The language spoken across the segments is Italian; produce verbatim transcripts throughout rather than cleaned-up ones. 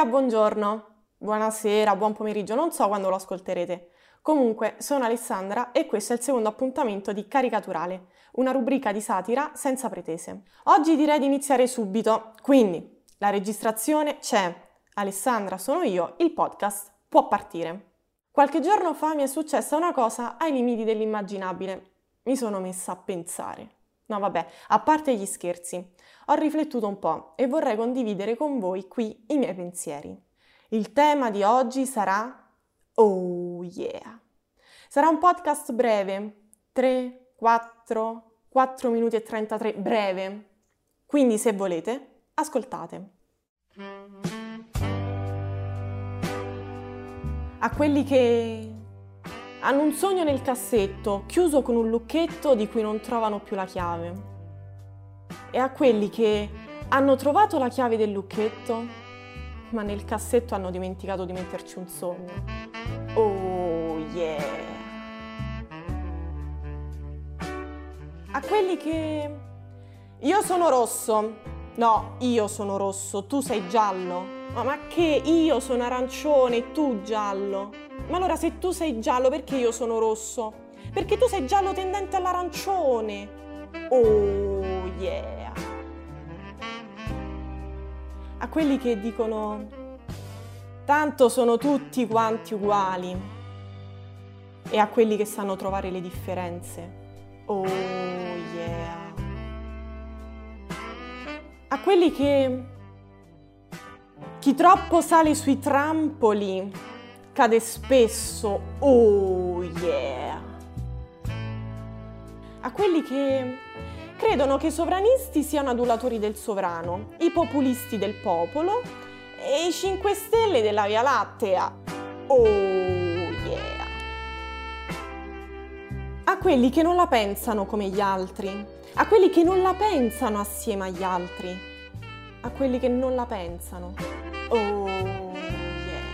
Buonasera, buongiorno, buonasera, buon pomeriggio, non so quando lo ascolterete. Comunque, sono Alessandra e questo è il secondo appuntamento di Caricaturale, una rubrica di satira senza pretese. Oggi direi di iniziare subito, quindi la registrazione c'è. Alessandra sono io, il podcast può partire. Qualche giorno fa mi è successa una cosa ai limiti dell'immaginabile. Mi sono messa a pensare. No vabbè, a parte gli scherzi, ho riflettuto un po' e vorrei condividere con voi qui i miei pensieri. Il tema di oggi sarà Oh yeah! Sarà un podcast breve, tre, quattro, quattro minuti e trentatré, breve. Quindi se volete, ascoltate. A quelli che hanno un sogno nel cassetto, chiuso con un lucchetto di cui non trovano più la chiave. E a quelli che hanno trovato la chiave del lucchetto, ma nel cassetto hanno dimenticato di metterci un sogno. Oh yeah! A quelli che... Io sono rosso. No, io sono rosso, tu sei giallo. Ma, ma che io sono arancione e tu giallo? Ma allora se tu sei giallo, perché io sono rosso? Perché tu sei giallo tendente all'arancione. Oh yeah! A quelli che dicono tanto sono tutti quanti uguali. E a quelli che sanno trovare le differenze. Oh yeah! A quelli che chi troppo sale sui trampoli cade spesso, oh yeah! A quelli che credono che i sovranisti siano adulatori del sovrano, i populisti del popolo e i cinque Stelle della Via Lattea, oh yeah! A quelli che non la pensano come gli altri, a quelli che non la pensano assieme agli altri, a quelli che non la pensano, oh yeah!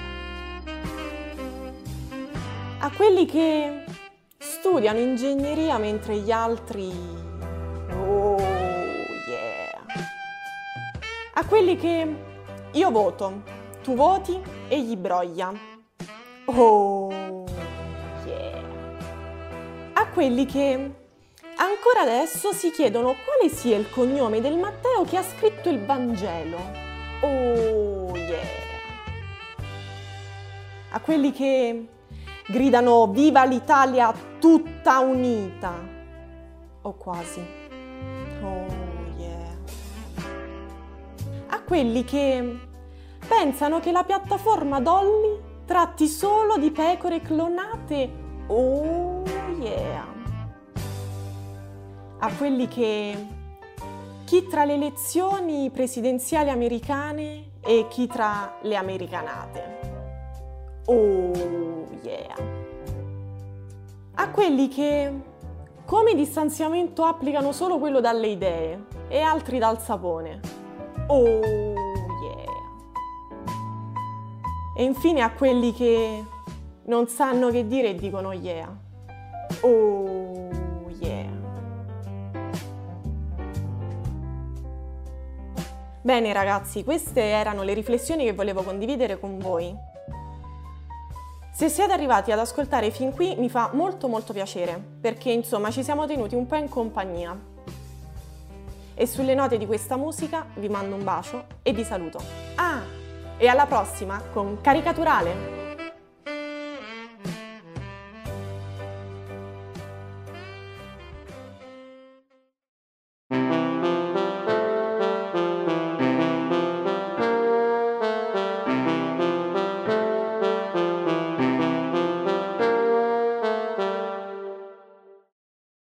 A quelli che studiano ingegneria mentre gli altri, oh yeah! A quelli che io voto, tu voti e gli broglia, oh yeah! A quelli che ancora adesso si chiedono quale sia il cognome del Matteo che ha scritto il Vangelo, oh yeah! A quelli che gridano viva l'Italia tutta unita, o quasi, oh yeah! A quelli che pensano che la piattaforma Dolly tratti solo di pecore clonate, oh yeah! A quelli che chi tra le elezioni presidenziali americane e chi tra le americanate, oh yeah! A quelli che come distanziamento applicano solo quello dalle idee e altri dal sapone, oh yeah! E infine a quelli che non sanno che dire e dicono yeah, oh yeah! Bene ragazzi, queste erano le riflessioni che volevo condividere con voi. Se siete arrivati ad ascoltare fin qui mi fa molto molto piacere, perché insomma ci siamo tenuti un po' in compagnia. E sulle note di questa musica vi mando un bacio e vi saluto. Ah, e alla prossima con Caricaturale!